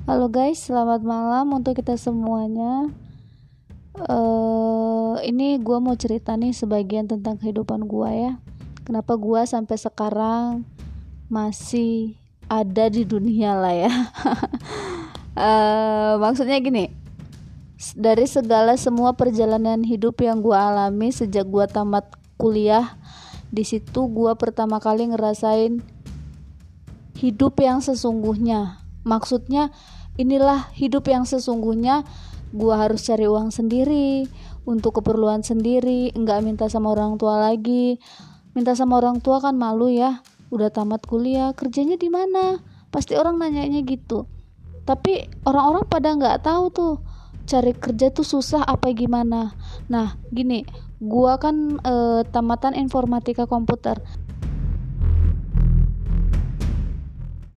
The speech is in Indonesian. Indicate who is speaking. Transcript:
Speaker 1: Halo guys, selamat malam untuk kita semuanya. Ini gue mau cerita nih sebagian tentang kehidupan gue ya. Kenapa gue sampai sekarang masih ada di dunia lah ya. Maksudnya gini, dari segala semua perjalanan hidup yang gue alami sejak gue tamat kuliah, di situ gue pertama kali ngerasain hidup yang sesungguhnya. Maksudnya inilah hidup yang sesungguhnya. Gua harus cari uang sendiri untuk keperluan sendiri, enggak minta sama orang tua lagi. Minta sama orang tua kan malu ya, udah tamat kuliah kerjanya di mana, pasti orang nanyanya gitu. Tapi orang-orang pada nggak tahu tuh cari kerja tuh susah apa gimana. Nah gini, gua kan tamatan informatika komputer.